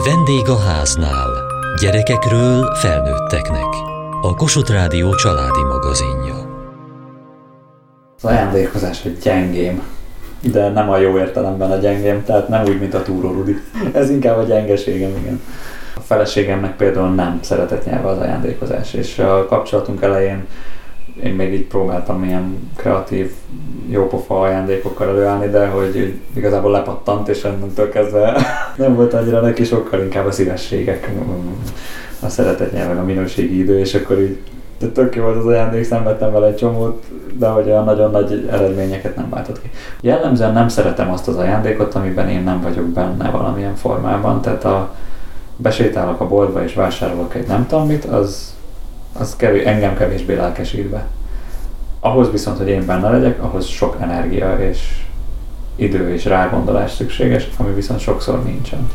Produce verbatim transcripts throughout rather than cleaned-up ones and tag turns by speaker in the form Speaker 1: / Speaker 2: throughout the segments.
Speaker 1: Vendég a háznál. Gyerekekről felnőtteknek. A Kossuth Rádió családi magazinja.
Speaker 2: Az ajándékozás egy gyengém, de nem a jó értelemben a gyengém, tehát nem úgy, mint a túró Rudi. Ez inkább a gyengeségem, igen. A feleségemnek például nem szeretett nyelve az ajándékozás, és a kapcsolatunk elején én még így próbáltam ilyen kreatív, jópofa ajándékokkal előállni, de hogy igazából lepattant, és ennentől kezdve nem volt annyira neki, sokkal inkább a szívességek, a szeretet nyelven, a minőségi idő, és akkor így de tök jó volt az ajándék, szenvedtem vele egy csomót, de hogy olyan nagyon nagy eredményeket nem váltott ki. Jellemzően nem szeretem azt az ajándékot, amiben én nem vagyok benne valamilyen formában, tehát a besétálok a boltba és vásárolok egy nem tudom mit, az, az kevés, engem kevésbé lelkesít be. Ahhoz viszont, hogy én benne legyek, ahhoz sok energia és idő és rágondolás szükséges, ami viszont sokszor nincsen.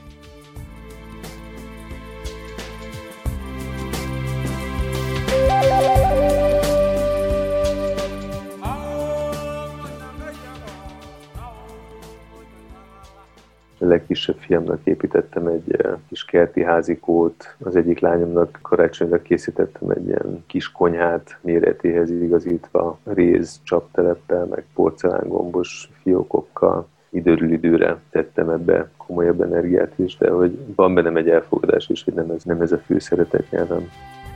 Speaker 3: A legkisebb fiamnak építettem egy kis kerti házikót, az egyik lányomnak karácsonyra készítettem egy ilyen kis konyhát méretéhez igazítva, réz csapteleppel, meg porcelángombos fiókokkal. Időről időre tettem ebbe komolyabb energiát is, de hogy van bennem egy elfogadás is, hogy nem ez, nem ez a fő szeretet nyelvem.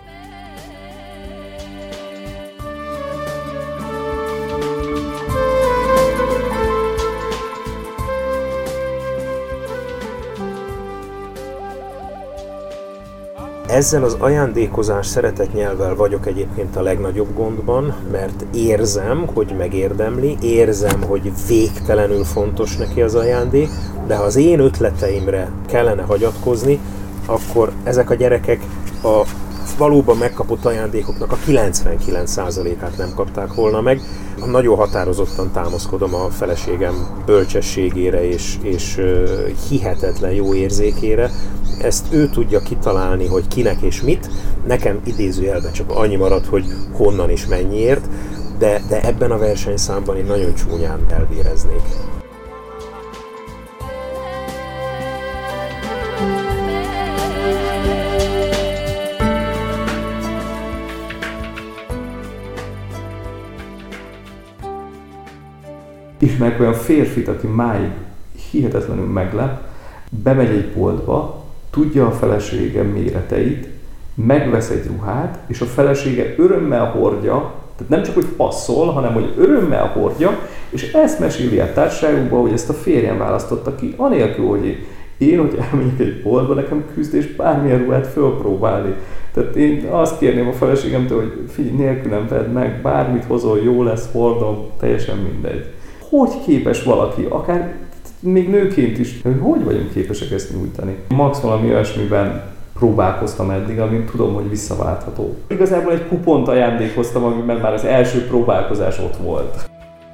Speaker 4: Ezzel az ajándékozás szeretetnyelvvel vagyok egyébként a legnagyobb gondban, mert érzem, hogy megérdemli, érzem, hogy végtelenül fontos neki az ajándék, de ha az én ötleteimre kellene hagyatkozni, akkor ezek a gyerekek a valóban megkapott ajándékoknak a kilencvenkilenc százalékát nem kapták volna meg. Nagyon határozottan támaszkodom a feleségem bölcsességére és, és hihetetlen jó érzékére. Ezt ő tudja kitalálni, hogy kinek és mit. Nekem idézőjelben csak annyi marad, hogy honnan és mennyiért, de, de ebben a versenyszámban én nagyon csúnyán elvéreznék.
Speaker 5: Ismerek olyan férfit, aki máig hihetetlenül meglep, bemegy egy boltba, tudja a felesége méreteit, megvesz egy ruhát, és a felesége örömmel hordja, tehát nem csak, hogy passzol, hanem, hogy örömmel hordja, és ezt meséli a társaságukban, hogy ezt a férjem választotta ki, anélkül, hogy én, hogy elmegyek egy boltba, nekem küzdés bármilyen ruhát fölpróbálni. Tehát én azt kérném a feleségemtől, hogy figyelj, nélkülem vedd meg, bármit hozol, jó lesz, hordom, teljesen mindegy. Hogy képes valaki, akár még nőként is, hogy hogy vagyunk képesek ezt nyújtani? Max valami olyasmiben próbálkoztam eddig, amit tudom, hogy visszaváltható. Igazából egy kupont ajándékoztam, amiben már az első próbálkozás ott volt.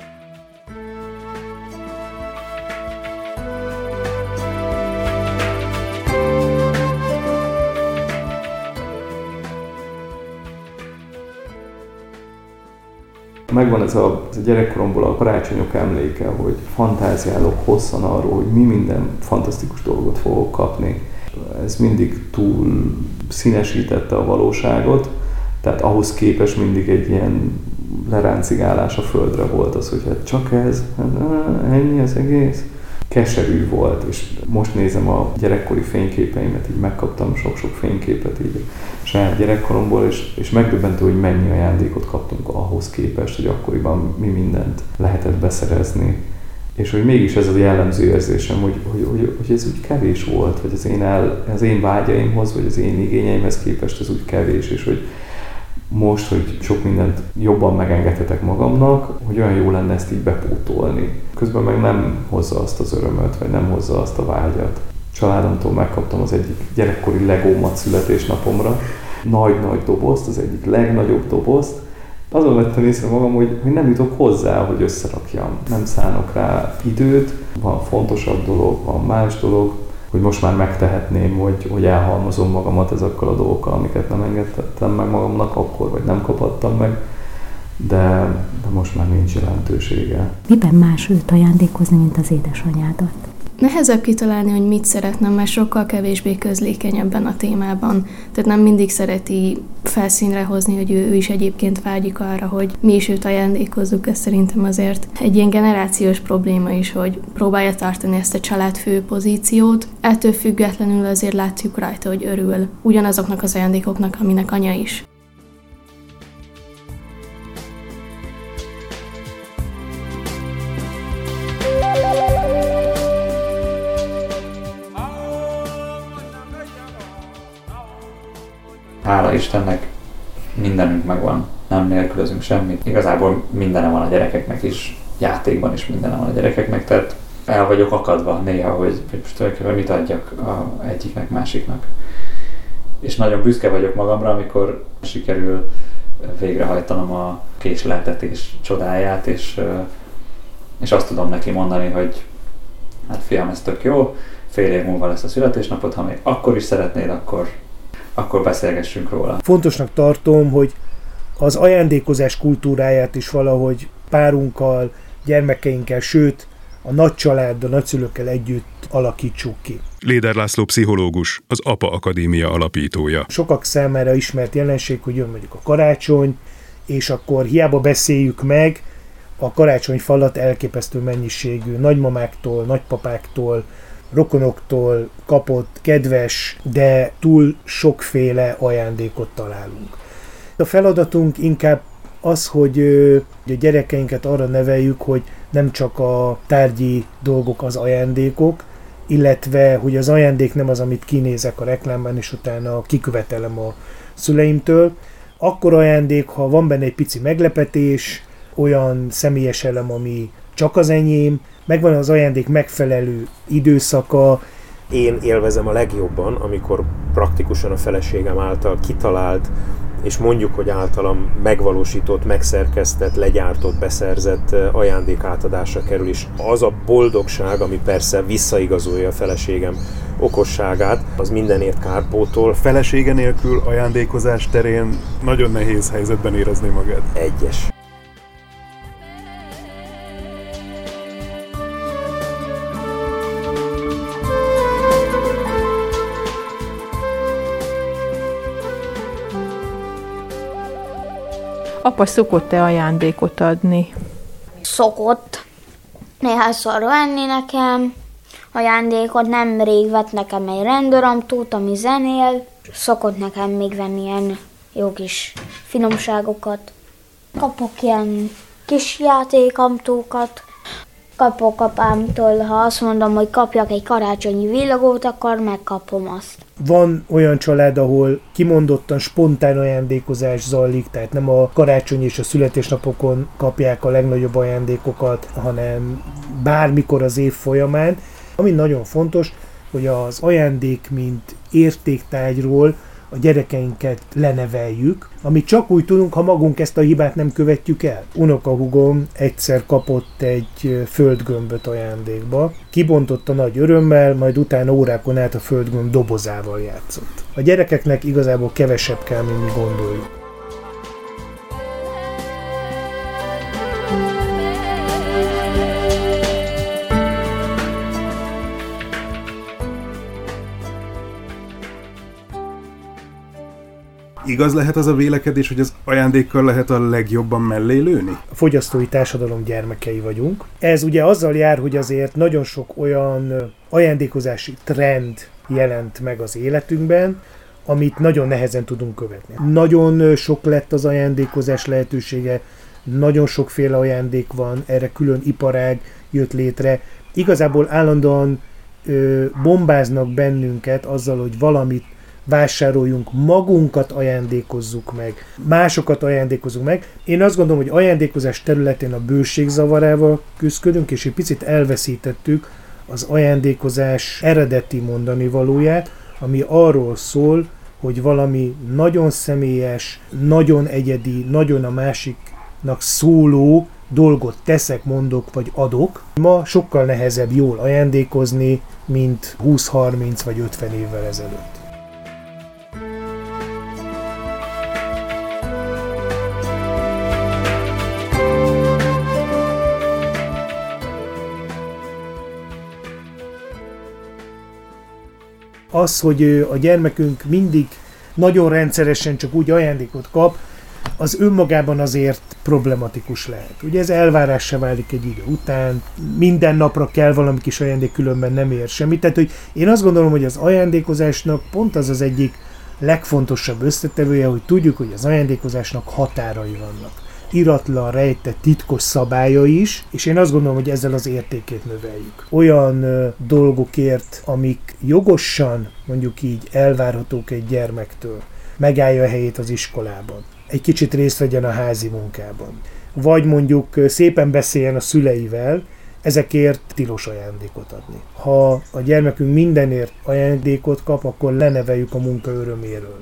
Speaker 5: Megvan ez a, ez a gyerekkoromból a karácsonyok emléke, hogy fantáziálok hosszan arról, hogy mi minden fantasztikus dolgot fogok kapni. Ez mindig túl színesítette a valóságot, tehát ahhoz képest mindig egy ilyen leráncigálás a földre volt az, hogy hát csak ez, ennyi az egész. Keserű volt, és most nézem a gyerekkori fényképeimet, így megkaptam sok-sok fényképet így saját gyerekkoromból, és, és megdöbbentő, hogy mennyi ajándékot kaptunk ahhoz képest, hogy akkoriban mi mindent lehetett beszerezni. És hogy mégis ez a jellemző érzésem, hogy, hogy, hogy, hogy ez úgy kevés volt, hogy az én, el, az én vágyaimhoz, vagy az én igényeimhez képest ez úgy kevés, és hogy most, hogy sok mindent jobban megengedhetek magamnak, hogy olyan jó lenne ezt így bepótolni. Közben meg nem hozza azt az örömöt, vagy nem hozza azt a vágyat. Családomtól megkaptam az egyik gyerekkori legómat születésnapomra. Nagy-nagy dobozt, az egyik legnagyobb dobozt. Azon vettem észre magam, hogy, hogy nem jutok hozzá, hogy összerakjam. Nem szánok rá időt, van fontosabb dolog, van más dolog, hogy most már megtehetném, hogy, hogy elhalmozom magamat ezekkel a dolgokkal, amiket nem engedtettem meg magamnak akkor, vagy nem kapattam meg, de, de most már nincs jelentősége.
Speaker 6: Miben más őt ajándékozni, mint az édesanyádat? Nehezebb kitalálni, hogy mit szeretnem, mert sokkal kevésbé közlékeny ebben a témában. Tehát nem mindig szereti felszínre hozni, hogy ő, ő is egyébként vágyik arra, hogy mi is őt ajándékozzuk. Ez szerintem azért egy ilyen generációs probléma is, hogy próbálja tartani ezt a családfő pozíciót. Ettől függetlenül azért látjuk rajta, hogy örül ugyanazoknak az ajándékoknak, aminek anya is.
Speaker 2: Hála Istennek mindenünk megvan, nem nélkülözünk semmit. Igazából mindenem van a gyerekeknek is, játékban is mindenem van a gyerekeknek, tehát el vagyok akadva néha, hogy, hogy most tulajdonképpen mit adjak a egyiknek, másiknak. És nagyon büszke vagyok magamra, amikor sikerül végrehajtanom a késleltetés csodáját, és, és azt tudom neki mondani, hogy hát fiam, ez tök jó, fél év múlva lesz a születésnapod, ha még akkor is szeretnéd, akkor akkor beszélgessünk róla.
Speaker 7: Fontosnak tartom, hogy az ajándékozás kultúráját is valahogy párunkkal, gyermekeinkkel, sőt a nagy családdal, nagyszülőkkel együtt alakítsuk ki.
Speaker 8: Léder László pszichológus, az APA Akadémia alapítója.
Speaker 7: Sokak számára ismert jelenség, hogy jön mondjuk a karácsony, és akkor hiába beszéljük meg, a karácsonyfalat elképesztő mennyiségű nagymamáktól, nagypapáktól, rokonoktól kapott kedves, de túl sokféle ajándékot találunk. A feladatunk inkább az, hogy a gyerekeinket arra neveljük, hogy nem csak a tárgyi dolgok az ajándékok, illetve hogy az ajándék nem az, amit kinézek a reklámban, és utána kikövetelem a szüleimtől. Akkor ajándék, ha van benne egy pici meglepetés, olyan személyes elem, ami csak az enyém, megvan az ajándék megfelelő időszaka.
Speaker 4: Én élvezem a legjobban, amikor praktikusan a feleségem által kitalált, és mondjuk, hogy általam megvalósított, megszerkesztett, legyártott, beszerzett ajándék átadásra kerül is. Az a boldogság, ami persze visszaigazolja a feleségem okosságát, az mindenért kárpótol.
Speaker 9: Felesége nélkül ajándékozás terén nagyon nehéz helyzetben érezni magad.
Speaker 4: Egyes.
Speaker 10: Apa szokott-e ajándékot adni?
Speaker 11: Szokott. Néhányszor venni nekem ajándékot, nemrég vett nekem egy rendőramtót, ami zenél. Szokott nekem még venni ilyen jó kis finomságokat. Kapok ilyen kis játékamtókat. Kapok apámtól, ha azt mondom, hogy kapjak egy karácsonyi villogót, akkor megkapom azt.
Speaker 7: Van olyan család, ahol kimondottan spontán ajándékozás zajlik, tehát nem a karácsony és a születésnapokon kapják a legnagyobb ajándékokat, hanem bármikor az év folyamán. Ami nagyon fontos, hogy az ajándék, mint értéktárgyról a gyerekeinket leneveljük, amit csak úgy tudunk, ha magunk ezt a hibát nem követjük el. Unokahúgom egyszer kapott egy földgömböt ajándékba, kibontotta nagy örömmel, majd utána órákon át a földgömb dobozával játszott. A gyerekeknek igazából kevesebb kell, mint mi gondoljuk.
Speaker 9: Igaz lehet az a vélekedés, hogy az ajándékkal lehet a legjobban mellé lőni?
Speaker 7: A fogyasztói társadalom gyermekei vagyunk. Ez ugye azzal jár, hogy azért nagyon sok olyan ajándékozási trend jelent meg az életünkben, amit nagyon nehezen tudunk követni. Nagyon sok lett az ajándékozás lehetősége, nagyon sokféle ajándék van, erre külön iparág jött létre. Igazából állandóan ö, bombáznak bennünket azzal, hogy valamit vásároljunk, magunkat ajándékozzuk meg, másokat ajándékozunk meg. Én azt gondolom, hogy ajándékozás területén a bőség zavarával küzdködünk, és egy picit elveszítettük az ajándékozás eredeti mondani valóját, ami arról szól, hogy valami nagyon személyes, nagyon egyedi, nagyon a másiknak szóló dolgot teszek, mondok vagy adok. Ma sokkal nehezebb jól ajándékozni, mint húsz, harminc vagy ötven évvel ezelőtt. Az, hogy a gyermekünk mindig nagyon rendszeresen csak úgy ajándékot kap, az önmagában azért problematikus lehet. Ugye ez elvárássá válik egy idő után, minden napra kell valami kis ajándék, különben nem ér semmit. Tehát, hogy én azt gondolom, hogy az ajándékozásnak pont az az egyik legfontosabb összetevője, hogy tudjuk, hogy az ajándékozásnak határai vannak. Iratlan, rejtett, titkos szabálya is, és én azt gondolom, hogy ezzel az értékét növeljük. Olyan ö, dolgokért, amik jogosan, mondjuk így, elvárhatók egy gyermektől, megállja a helyét az iskolában, egy kicsit részt vegyen a házi munkában, vagy mondjuk szépen beszéljen a szüleivel, ezekért tilos ajándékot adni. Ha a gyermekünk mindenért ajándékot kap, akkor leneveljük a munka öröméről.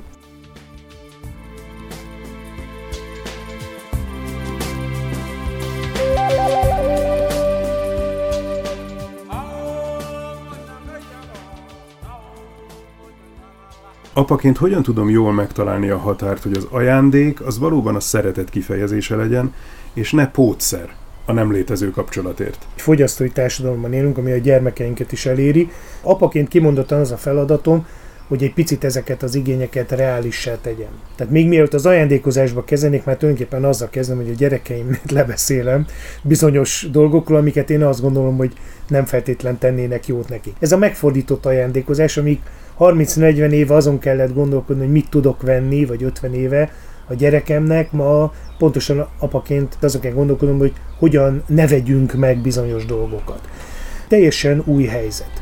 Speaker 9: Apaként hogyan tudom jól megtalálni a határt, hogy az ajándék az valóban a szeretet kifejezése legyen, és ne pótszer a nem létező kapcsolatért?
Speaker 7: Fogyasztói társadalomban élünk, ami a gyermekeinket is eléri. Apaként kimondottan az a feladatom, hogy egy picit ezeket az igényeket reálissá tegyem. Tehát még mielőtt az ajándékozásba kezdenék, már tulajdonképpen azzal kezdem, hogy a gyerekeimnek lebeszélem bizonyos dolgokról, amiket én azt gondolom, hogy nem feltétlen tennének jót nekik. Ez a megfordított ajándékozás, amíg harminc-negyven éve azon kellett gondolkodni, hogy mit tudok venni, vagy ötven éve a gyerekemnek, ma pontosan apaként azon kell gondolkodnom, hogy hogyan ne vegyünk meg bizonyos dolgokat. Teljesen új helyzet.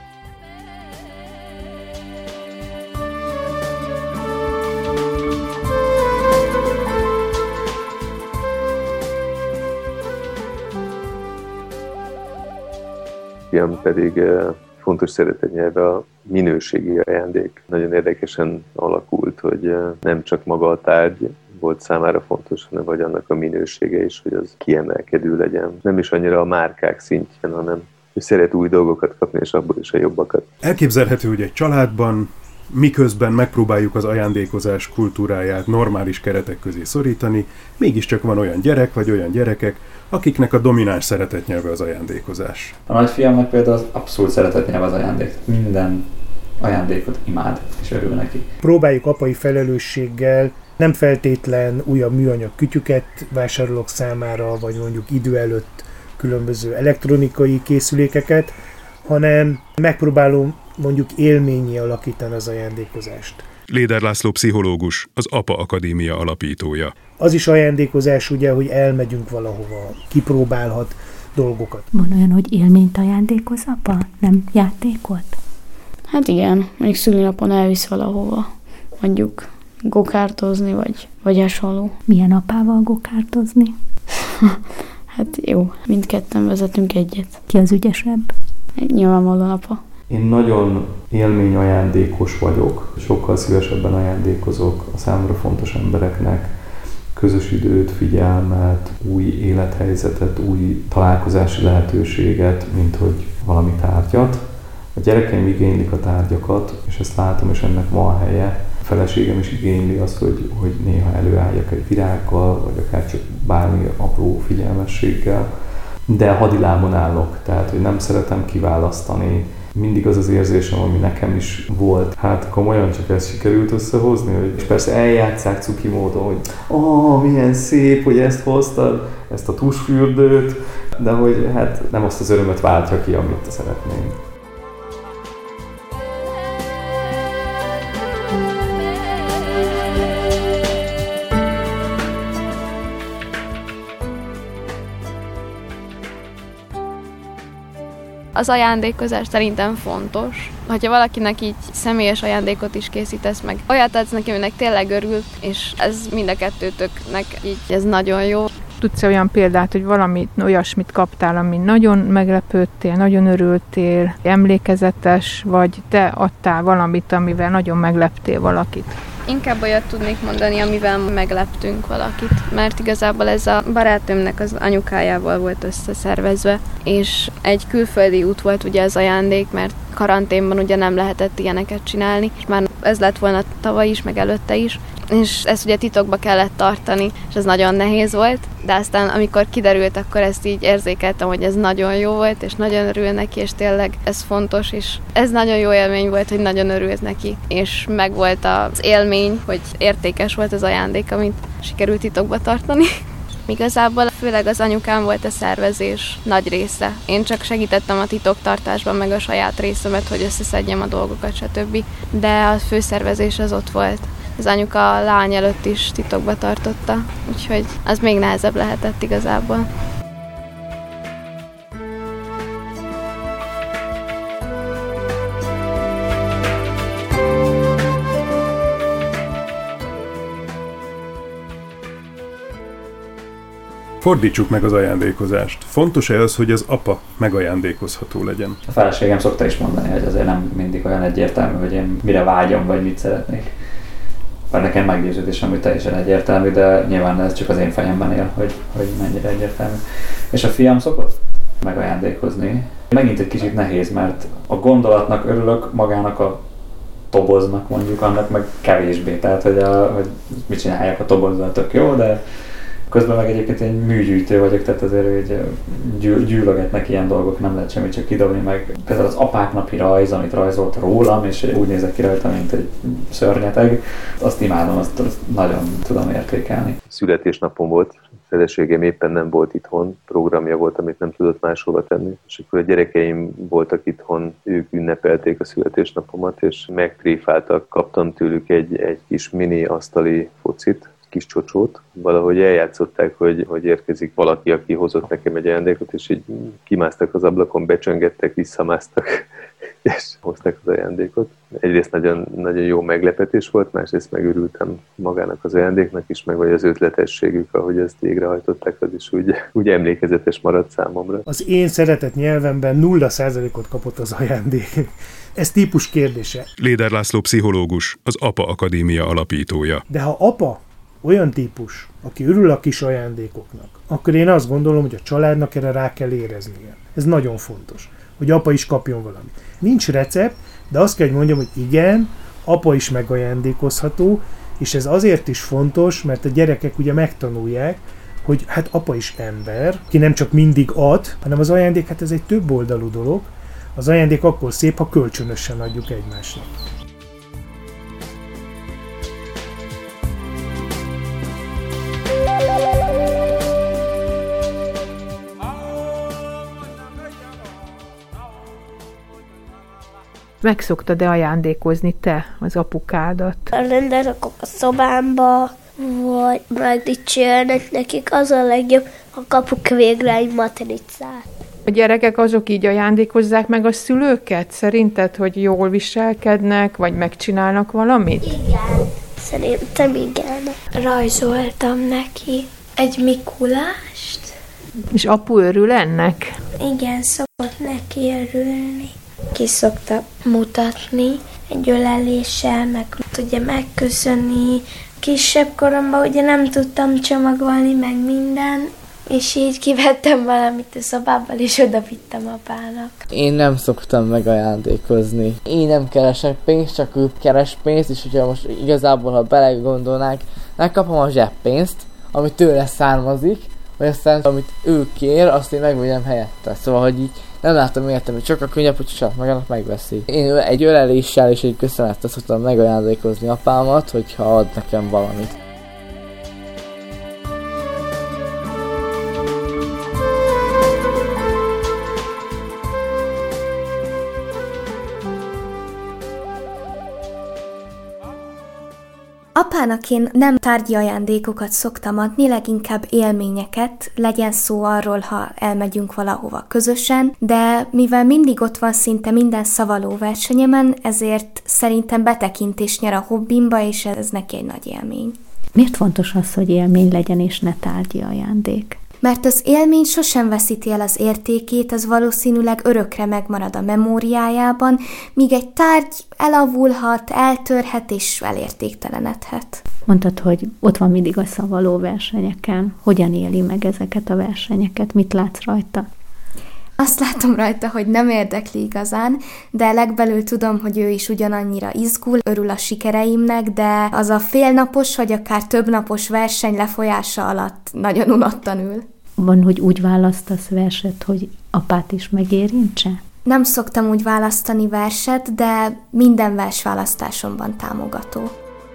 Speaker 3: Fiam pedig fontos szeretetnyelve a minőségi ajándék. Nagyon érdekesen alakult, hogy nem csak maga a tárgy volt számára fontos, hanem vagy annak a minősége is, hogy az kiemelkedő legyen. Nem is annyira a márkák szintjén, hanem hogy szeret új dolgokat kapni, és abból is a jobbakat.
Speaker 9: Elképzelhető, hogy egy családban miközben megpróbáljuk az ajándékozás kultúráját normális keretek közé szorítani, mégiscsak van olyan gyerek vagy olyan gyerekek, akiknek a domináns szeretetnyelve az ajándékozás.
Speaker 2: A nagyfiamnak például az abszolút szeretetnyelve az ajándék. Minden ajándékot imád, és örül neki.
Speaker 7: Próbáljuk apai felelősséggel, nem feltétlen újabb műanyag kütyüket vásárolok számára, vagy mondjuk idő előtt különböző elektronikai készülékeket, hanem megpróbálom mondjuk élményé alakítani az ajándékozást.
Speaker 8: Léder László pszichológus, az APA Akadémia alapítója.
Speaker 7: Az is ajándékozás, ugye, hogy elmegyünk valahova, kipróbálhat dolgokat.
Speaker 12: Van olyan, hogy élményt ajándékoz apa, nem játékot?
Speaker 13: Hát igen, mondjuk szülinapon elvisz valahova, mondjuk gokártozni, vagy, vagy hasonló.
Speaker 12: Milyen apával gokártozni?
Speaker 13: Hát jó, mindketten vezetünk egyet.
Speaker 12: Ki az ügyesebb?
Speaker 13: Nyilvánvalóan apa.
Speaker 5: Én nagyon élményajándékos vagyok, sokkal szívesebben ajándékozok a számomra fontos embereknek közös időt, figyelmet, új élethelyzetet, új találkozási lehetőséget, mint hogy valami tárgyat. A gyerekeim igénylik a tárgyakat, és ezt látom, és ennek van helye. A feleségem is igényli azt, hogy, hogy néha előálljak egy virággal, vagy akár csak bármi apró figyelmességgel. De hadilábon állok, tehát hogy nem szeretem kiválasztani. Mindig az az érzésem, ami nekem is volt. Hát komolyan csak ezt sikerült összehozni, hogy és persze eljátsszák cuki módon, hogy oh, milyen szép, hogy ezt hoztad, ezt a tusfürdőt, de hogy hát nem azt az örömet váltja ki, amit szeretném.
Speaker 14: Az ajándékozás szerintem fontos. Hogyha valakinek így személyes ajándékot is készítesz meg, olyat adsz neki, aminek tényleg örül, és ez mind a kettőtöknek így ez nagyon jó.
Speaker 10: Tudsz olyan példát, hogy valamit, olyasmit kaptál, amin nagyon meglepődtél, nagyon örültél, emlékezetes, vagy te adtál valamit, amivel nagyon megleptél valakit?
Speaker 14: Inkább olyat tudnék mondani, amivel megleptünk valakit, mert igazából ez a barátnőmnek az anyukájával volt összeszervezve, és egy külföldi út volt ugye az ajándék, mert karanténban ugye nem lehetett ilyeneket csinálni, és már ez lett volna tavaly is, meg előtte is, és ezt ugye titokba kellett tartani, és ez nagyon nehéz volt, de aztán amikor kiderült, akkor ezt így érzékeltem, hogy ez nagyon jó volt, és nagyon örül neki, és tényleg ez fontos, és ez nagyon jó élmény volt, hogy nagyon örült neki, és meg volt az élmény, hogy értékes volt az ajándék, amit sikerült titokba tartani. Igazából főleg az anyukám volt a szervezés nagy része. Én csak segítettem a titoktartásban, meg a saját részemet, hogy összeszedjem a dolgokat, stb. De a főszervezés az ott volt. Az anyuka a lány előtt is titokba tartotta, úgyhogy az még nehezebb lehetett igazából.
Speaker 9: Fordítsuk meg az ajándékozást. Fontos-e az, hogy az apa megajándékozható legyen?
Speaker 2: A feleségem szokta is mondani, hogy azért nem mindig olyan egyértelmű, hogy én mire vágyom, vagy mit szeretnék. Bár nekem meggyőződésem, hogy teljesen egyértelmű, de nyilván ez csak az én fejemben él, hogy, hogy mennyire egyértelmű. És a fiam szokott megajándékozni. Megint egy kicsit nehéz, mert a gondolatnak örülök, magának a toboznak mondjuk, annak meg kevésbé. Tehát, hogy, a, hogy mit csináljak a tobozzal, tök jó, de közben meg egyébként én műgyűjtő vagyok, tehát azért gyűl, gyűlögetnek ilyen dolgok, nem lehet semmit csak kidobni meg. Például az apák napi rajz, amit rajzolt rólam, és úgy nézek ki rajta, mint egy szörnyeteg, azt imádom, azt, azt nagyon tudom értékelni.
Speaker 3: Születésnapom volt, feleségem éppen nem volt itthon, programja volt, amit nem tudott máshova tenni, és akkor a gyerekeim voltak itthon, ők ünnepelték a születésnapomat, és megtréfáltak, kaptam tőlük egy, egy kis mini asztali focit, kis csocsót, valahogy eljátszották, hogy, hogy érkezik valaki, aki hozott nekem egy ajándékot, és így kimásztak az ablakon, becsöngettek, visszamásztak, és hozták az ajándékot. Egyrészt nagyon, nagyon jó meglepetés volt, másrészt megörültem magának az ajándéknak is, meg vagy az ötletességük, ahogy ezt végrehajtották, az is úgy, úgy emlékezetes maradt számomra.
Speaker 7: Az én szeretett nyelvemben nulla százalékot kapott az ajándék. Ez típus kérdése.
Speaker 8: Léder László pszichológus, az APA Akadémia alapítója.
Speaker 7: De ha apa olyan típus, aki örül a kis ajándékoknak, akkor én azt gondolom, hogy a családnak erre rá kell éreznie. Ez nagyon fontos, hogy apa is kapjon valamit. Nincs recept, de azt kell, hogy mondjam, hogy igen, apa is megajándékozható, és ez azért is fontos, mert a gyerekek ugye megtanulják, hogy hát apa is ember, ki nem csak mindig ad, hanem az ajándék, hát ez egy több oldalú dolog. Az ajándék akkor szép, ha kölcsönösen adjuk egymásnak.
Speaker 10: Meg szoktad-e ajándékozni te az apukádat?
Speaker 15: Rendelrakok a szobámba, vagy megdicsérnek nekik, az a legjobb, ha kapok végre egy matricát.
Speaker 10: A gyerekek azok így ajándékozzák meg a szülőket? Szerinted, hogy jól viselkednek, vagy megcsinálnak valamit?
Speaker 15: Igen, szerintem igen. Rajzoltam neki egy Mikulást.
Speaker 10: És apu örül ennek?
Speaker 15: Igen, szokott neki örülni. Ki szokta mutatni egy öleléssel, meg tudja megköszönni. Kisebb koromban ugye nem tudtam csomagolni meg minden, és így kivettem valamit a szobából, és odavittem apának.
Speaker 16: Én nem szoktam megajándékozni. Én nem keresek pénzt, csak ő keres pénzt, és hogyha most igazából, ha belegondolnák, megkapom a zseppénzt, ami tőle származik, vagy aztán amit ő kér, azt én megvegyem helyette. Szóval, hogy így nem látom értem, hogy csak a könnyebb, hogy csak magának megveszi. Én egy öleléssel és egy köszönettel szoktam megajándékozni apámat, hogyha ad nekem valamit.
Speaker 17: Apának én nem tárgyi ajándékokat szoktam adni, leginkább élményeket, legyen szó arról, ha elmegyünk valahova közösen, de mivel mindig ott van szinte minden szavaló versenyemen, ezért szerintem betekintést nyer a hobbimba, és ez neki egy nagy élmény.
Speaker 12: Miért fontos az, hogy élmény legyen, és ne tárgyi ajándék?
Speaker 17: Mert az élmény sosem veszíti el az értékét, az valószínűleg örökre megmarad a memóriájában, míg egy tárgy elavulhat, eltörhet és elértéktelenedhet.
Speaker 12: Mondtad, hogy ott van mindig a szavaló versenyeken. Hogyan éli meg ezeket a versenyeket? Mit látsz rajta?
Speaker 17: Azt látom rajta, hogy nem érdekli igazán, de legbelül tudom, hogy ő is ugyanannyira izgul, örül a sikereimnek, de az a félnapos vagy akár többnapos verseny lefolyása alatt nagyon unottan ül.
Speaker 12: Van, hogy úgy választasz verset, hogy apát is megérintse?
Speaker 17: Nem szoktam úgy választani verset, de minden vers választásomban támogató.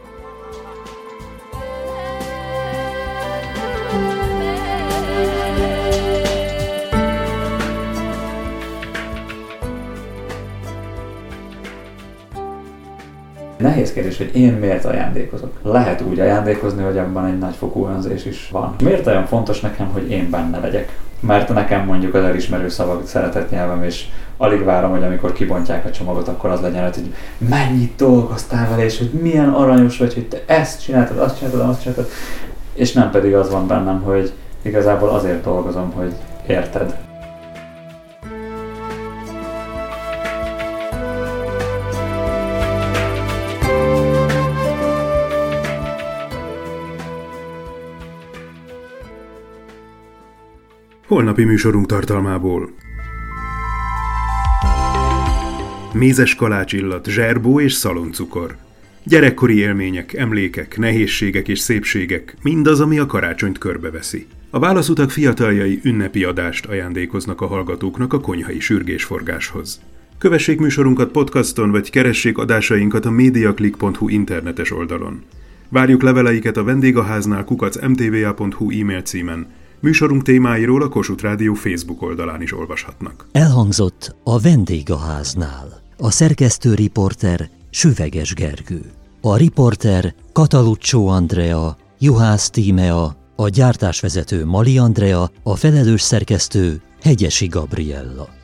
Speaker 2: Nehéz kérdés, hogy én miért ajándékozok. Lehet úgy ajándékozni, hogy abban egy nagyfokú önzés is van. Miért olyan fontos nekem, hogy én benne legyek? Mert nekem mondjuk az elismerő szavak szeretett nyelvem, és alig várom, hogy amikor kibontják a csomagot, akkor az legyen, hogy mennyit dolgoztál vele, és hogy milyen aranyos vagy, hogy te ezt csináltad, azt csináltad, azt csináltad. És nem pedig az van bennem, hogy igazából azért dolgozom, hogy érted.
Speaker 9: Holnapi műsorunk tartalmából. Mézes kalács illat, zserbó és szaloncukor. Gyerekkori élmények, emlékek, nehézségek és szépségek, mindaz, ami a karácsonyt körbeveszi. A Válaszutak fiataljai ünnepi adást ajándékoznak a hallgatóknak a konyhai sürgésforgáshoz. Kövessék műsorunkat podcaston, vagy keressék adásainkat a mediaclick pont hu internetes oldalon. Várjuk leveleiket a vendégháznál kukac em té vé á pont hu e-mail címen. Műsorunk témáiról a Kossuth Rádió Facebook oldalán is olvashatnak.
Speaker 1: Elhangzott a Vendégháznál. A szerkesztő riporter Süveges Gergő. A riporter Kataluccio Andrea, Juhász Tímea, a gyártásvezető Mali Andrea, a felelős szerkesztő Hegyesi Gabriella.